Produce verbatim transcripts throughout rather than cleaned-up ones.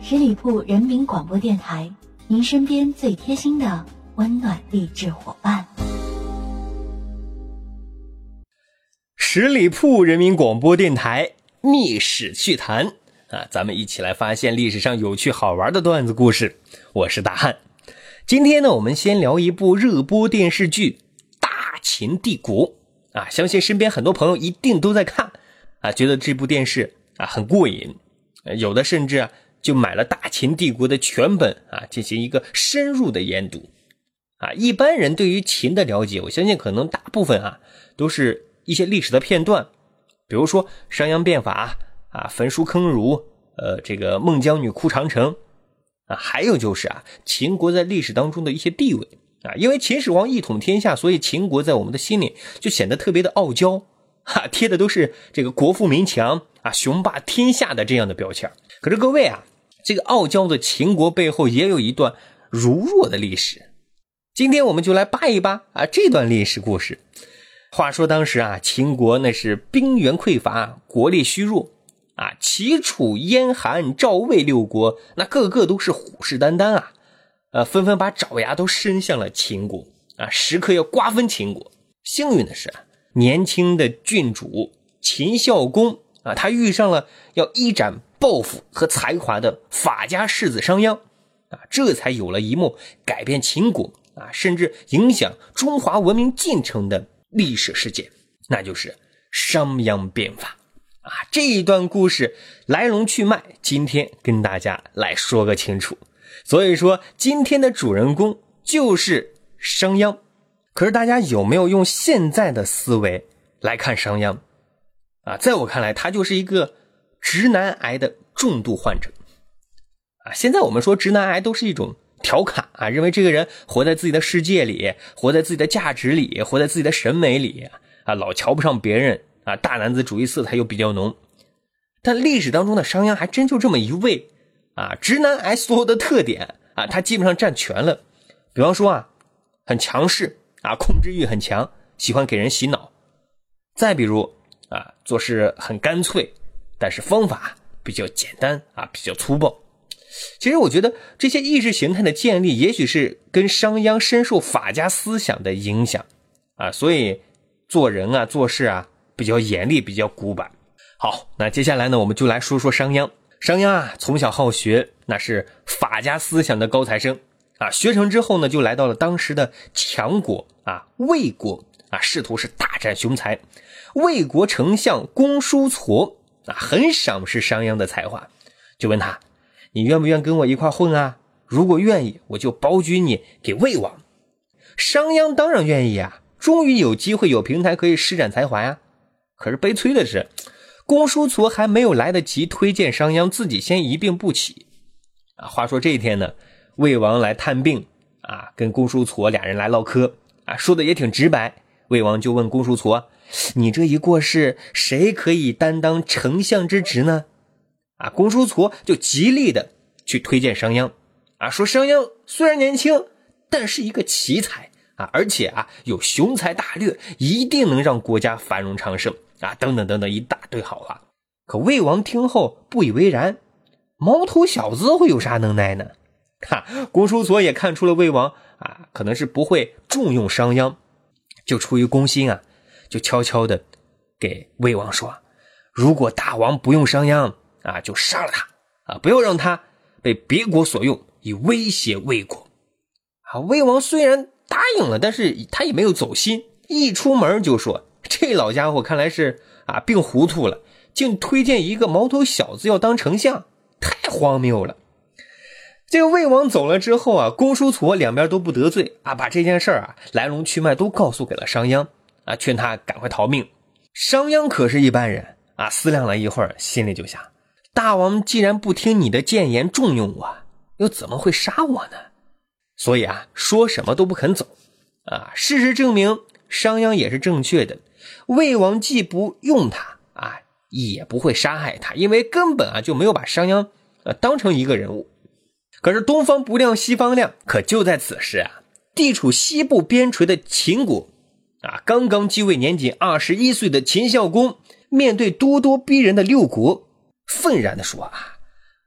十里铺人民广播电台，您身边最贴心的温暖励志伙伴。 十里铺人民广播电台密史趣谈啊，咱们一起来发现历史上有趣好玩的段子故事。我是大汉。今天呢，我们先聊一部热播电视剧《大秦帝国》啊，相信身边很多朋友一定都在看啊，觉得这部电视啊很过瘾，有的甚至啊就买了《大秦帝国》的全本啊，进行一个深入的研读啊。一般人对于秦的了解，我相信可能大部分啊都是一些历史的片段，比如说商鞅变法啊，焚书坑儒，呃，这个孟姜女哭长城啊，还有就是啊，秦国在历史当中的一些地位啊，因为秦始皇一统天下，所以秦国在我们的心里就显得特别的傲娇，哈，贴的都是这个国富民强啊，雄霸天下的这样的标签。可是各位啊，这个傲娇的秦国背后也有一段儒弱的历史。今天我们就来扒一扒啊这段历史故事。话说当时啊，秦国那是兵源匮乏，国力虚弱啊，齐楚燕韩赵魏六国那个个都是虎视眈眈啊，呃，纷纷把爪牙都伸向了秦国啊，时刻要瓜分秦国。幸运的是啊，年轻的郡主秦孝公啊，他遇上了要一展抱负和才华的法家世子商鞅啊，这才有了一幕改变秦国啊，甚至影响中华文明进程的历史事件，那就是商鞅变法啊。这一段故事来龙去脉，今天跟大家来说个清楚。所以说今天的主人公就是商鞅。可是大家有没有用现在的思维来看商鞅啊？在我看来，他就是一个直男癌的重度患者啊。现在我们说直男癌都是一种调侃啊，认为这个人活在自己的世界里，活在自己的价值里，活在自己的审美里啊，老瞧不上别人啊，大男子主义色彩又比较浓。但历史当中的商鞅还真就这么一位啊，直男癌所有的特点啊，他基本上占全了。比方说啊，很强势啊，控制欲很强，喜欢给人洗脑。再比如啊，做事很干脆，但是方法比较简单啊，比较粗暴。其实我觉得这些意识形态的建立，也许是跟商鞅深受法家思想的影响啊，所以做人啊做事啊比较严厉，比较古板。好，那接下来呢，我们就来说说商鞅。商鞅啊，从小好学，那是法家思想的高材生啊。学成之后呢，就来到了当时的强国啊魏国啊，试图是大展雄才。魏国丞相公叔痤啊，很赏识商鞅的才华，就问他，你愿不愿跟我一块混啊？如果愿意，我就保举你给魏王。商鞅当然愿意啊，终于有机会有平台可以施展才华呀。可是悲催的是，公叔痤还没有来得及推荐商鞅，自己先一病不起啊。话说这一天呢，魏王来探病啊，跟公叔痤俩人来唠嗑啊，说的也挺直白。魏王就问公叔痤，你这一过世，谁可以担当丞相之职呢？啊，公叔痤就极力的去推荐商鞅啊，说商鞅虽然年轻，但是一个奇才啊，而且啊有雄才大略，一定能让国家繁荣昌盛啊，等等等等一大堆好话。可魏王听后不以为然，毛头小子会有啥能耐呢？哈，公叔痤也看出了魏王啊可能是不会重用商鞅，就出于公心啊，就悄悄的给魏王说，如果大王不用商鞅啊，就杀了他啊！不要让他被别国所用，以威胁魏国。啊，魏王虽然答应了，但是他也没有走心，一出门就说，这老家伙看来是啊病糊涂了，竟推荐一个毛头小子要当丞相，太荒谬了。这个魏王走了之后啊，公叔痤两边都不得罪啊，把这件事儿啊来龙去脉都告诉给了商鞅啊，劝他赶快逃命。商鞅可是一般人啊，思量了一会儿，心里就想，大王既然不听你的谏言重用我，又怎么会杀我呢？所以啊，说什么都不肯走啊。事实证明，商鞅也是正确的。魏王既不用他啊，也不会杀害他，因为根本啊就没有把商鞅呃当成一个人物。可是东方不亮西方亮，可就在此时啊，地处西部边陲的秦国啊，刚刚继位年仅二十一岁的秦孝公，面对咄咄逼人的六国，愤然地说啊，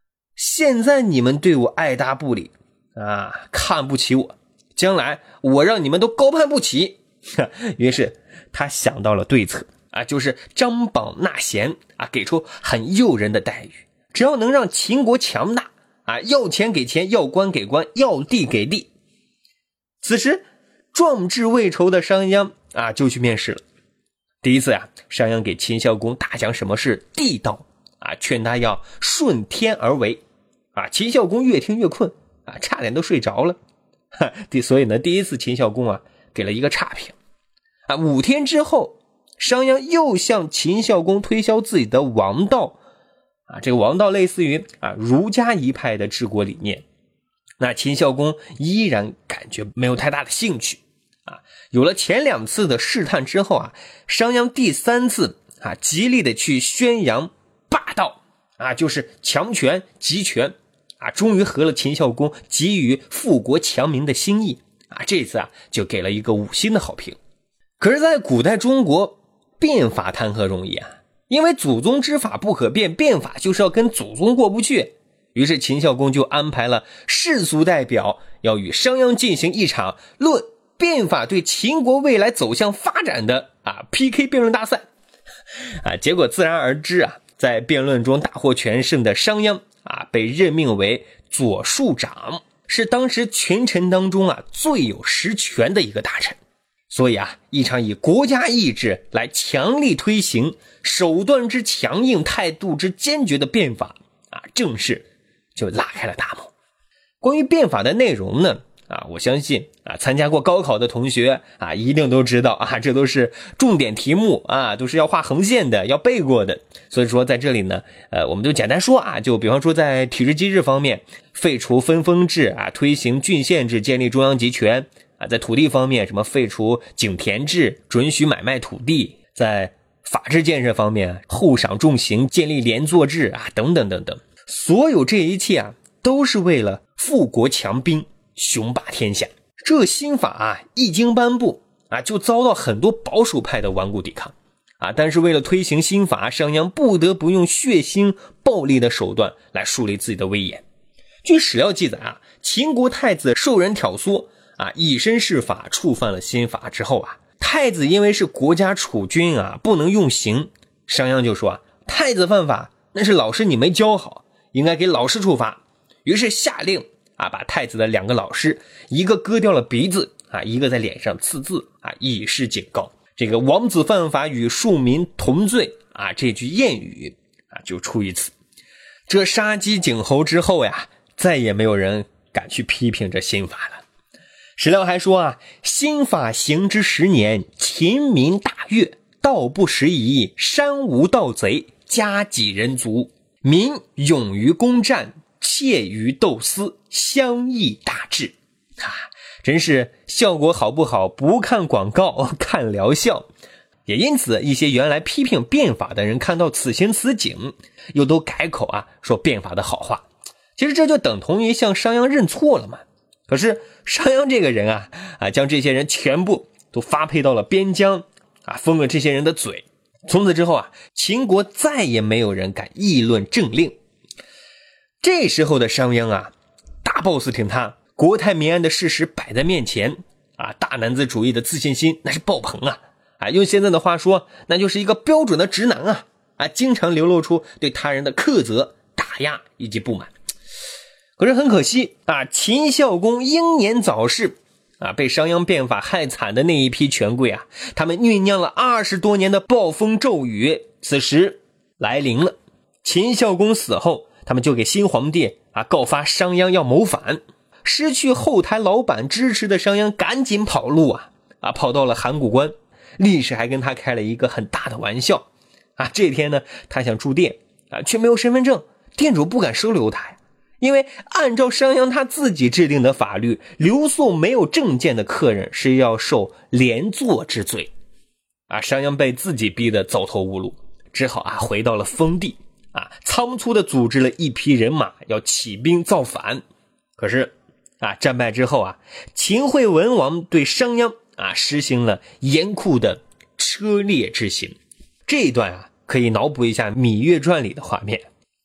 现在你们对我爱答不理啊，看不起我，将来我让你们都高攀不起。于是他想到了对策啊，就是张榜纳贤啊，给出很诱人的待遇，只要能让秦国强大啊，要钱给钱，要官给官，要地给地。此时壮志未酬的商鞅啊，就去面试了。第一次啊，商鞅给秦孝公大讲什么是地道啊，劝他要顺天而为啊。秦孝公越听越困啊，差点都睡着了。哈，所以呢，第一次秦孝公啊给了一个差评啊。五天之后，商鞅又向秦孝公推销自己的王道啊，这个王道类似于啊儒家一派的治国理念。那秦孝公依然感觉没有太大的兴趣啊。有了前两次的试探之后啊，商鞅第三次啊极力的去宣扬霸道啊，就是强权集权啊，终于合了秦孝公急于富国强民的心意啊，这次啊就给了一个五星的好评。可是在古代中国，变法谈何容易啊，因为祖宗之法不可变，变法就是要跟祖宗过不去。于是秦孝公就安排了世俗代表要与商鞅进行一场论变法对秦国未来走向发展的啊 P K 辩论大赛啊。结果自然而知啊，在辩论中大获全胜的商鞅啊，被任命为左庶长，是当时群臣当中啊最有实权的一个大臣。所以啊，一场以国家意志来强力推行，手段之强硬，态度之坚决的变法啊，正式就拉开了大幕。关于变法的内容呢啊，我相信啊，参加过高考的同学啊，一定都知道啊，这都是重点题目啊，都是要画横线的，要背过的。所以说在这里呢，呃，我们就简单说啊，就比方说在体制机制方面，废除分封制啊，推行郡县制，建立中央集权啊，在土地方面，什么废除井田制，准许买卖土地；在法治建设方面，厚赏重刑，建立连坐制啊，等等等等。所有这一切啊，都是为了富国强兵，雄霸天下。这新法啊一经颁布啊，就遭到很多保守派的顽固抵抗啊。但是为了推行新法，商鞅不得不用血腥暴力的手段来树立自己的威严。据史料记载啊，秦国太子受人挑唆啊，以身试法，触犯了新法之后啊，太子因为是国家储君啊，不能用刑。商鞅就说啊，太子犯法，那是老师你没教好，应该给老师处罚。于是下令啊，把太子的两个老师，一个割掉了鼻子啊，一个在脸上刺字啊，以示警告。这个王子犯法与庶民同罪啊，这句谚语啊就出于此。这杀鸡儆猴之后呀，再也没有人敢去批评这新法了。史料还说啊，新法行之十年，秦民大悦，道不拾遗，山无盗贼，家己人足，民勇于攻战，怯于斗私，乡邑大治啊，真是效果好不好，不看广告，看疗效。也因此，一些原来批评变法的人看到此情此景，又都改口啊，说变法的好话。其实这就等同于向商鞅认错了嘛。可是商鞅这个人啊啊，将这些人全部都发配到了边疆啊，封了这些人的嘴。从此之后啊，秦国再也没有人敢议论政令。这时候的商鞅啊，大 boss 挺他，国泰民安的事实摆在面前啊，大男子主义的自信心那是爆棚啊啊，用现在的话说，那就是一个标准的直男啊啊，经常流露出对他人的苛责、打压以及不满。可是很可惜啊，秦孝公英年早逝啊，被商鞅变法害惨的那一批权贵啊，他们酝酿了二十多年的暴风骤雨，此时来临了。秦孝公死后，他们就给新皇帝啊告发商鞅要谋反。失去后台老板支持的商鞅赶紧跑路啊啊，跑到了函谷关。历史还跟他开了一个很大的玩笑啊，这天呢，他想住店啊，却没有身份证，店主不敢收留他呀。因为按照商鞅他自己制定的法律，留宿没有证件的客人是要受连坐之罪啊。商鞅被自己逼得走投无路，只好啊回到了封地啊，仓促的组织了一批人马要起兵造反。可是啊，战败之后啊，秦惠文王对商鞅啊实行了严酷的车裂之刑。这一段啊，可以脑补一下《芈月传》里的画面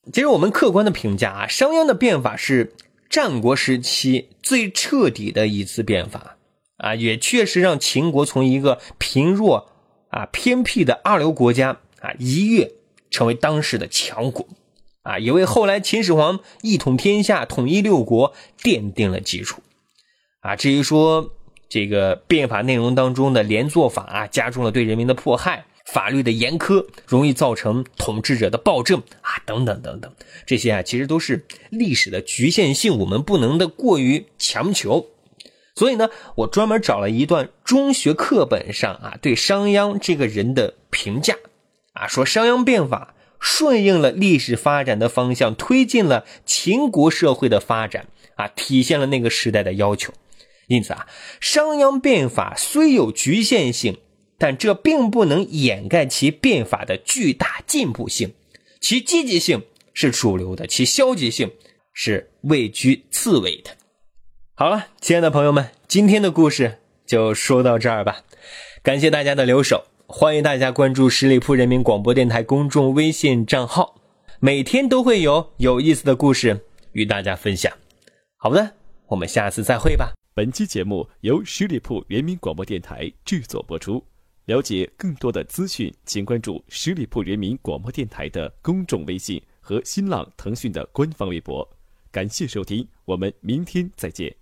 其实我们客观的评价啊，商鞅的变法是战国时期最彻底的一次变法啊，也确实让秦国从一个贫弱啊偏僻的二流国家啊一跃成为当时的强国啊，也为后来秦始皇一统天下、统一六国奠定了基础啊。至于说这个变法内容当中的连坐法啊，加重了对人民的迫害，法律的严苛容易造成统治者的暴政啊，等等等等，这些啊其实都是历史的局限性，我们不能的过于强求。所以呢，我专门找了一段中学课本上啊对商鞅这个人的评价啊，说商鞅变法顺应了历史发展的方向，推进了秦国社会的发展啊，体现了那个时代的要求。因此啊，商鞅变法虽有局限性，但这并不能掩盖其变法的巨大进步性，其积极性是主流的，其消极性是位居次位的。好了，亲爱的朋友们，今天的故事就说到这儿吧，感谢大家的留守，欢迎大家关注十里铺人民广播电台公众微信账号，每天都会有有意思的故事与大家分享。好的，我们下次再会吧。 本期节目由十里铺人民广播电台制作播出。了解更多的资讯，请关注十里铺人民广播电台的公众微信和新浪、腾讯的官方微博。感谢收听，我们明天再见。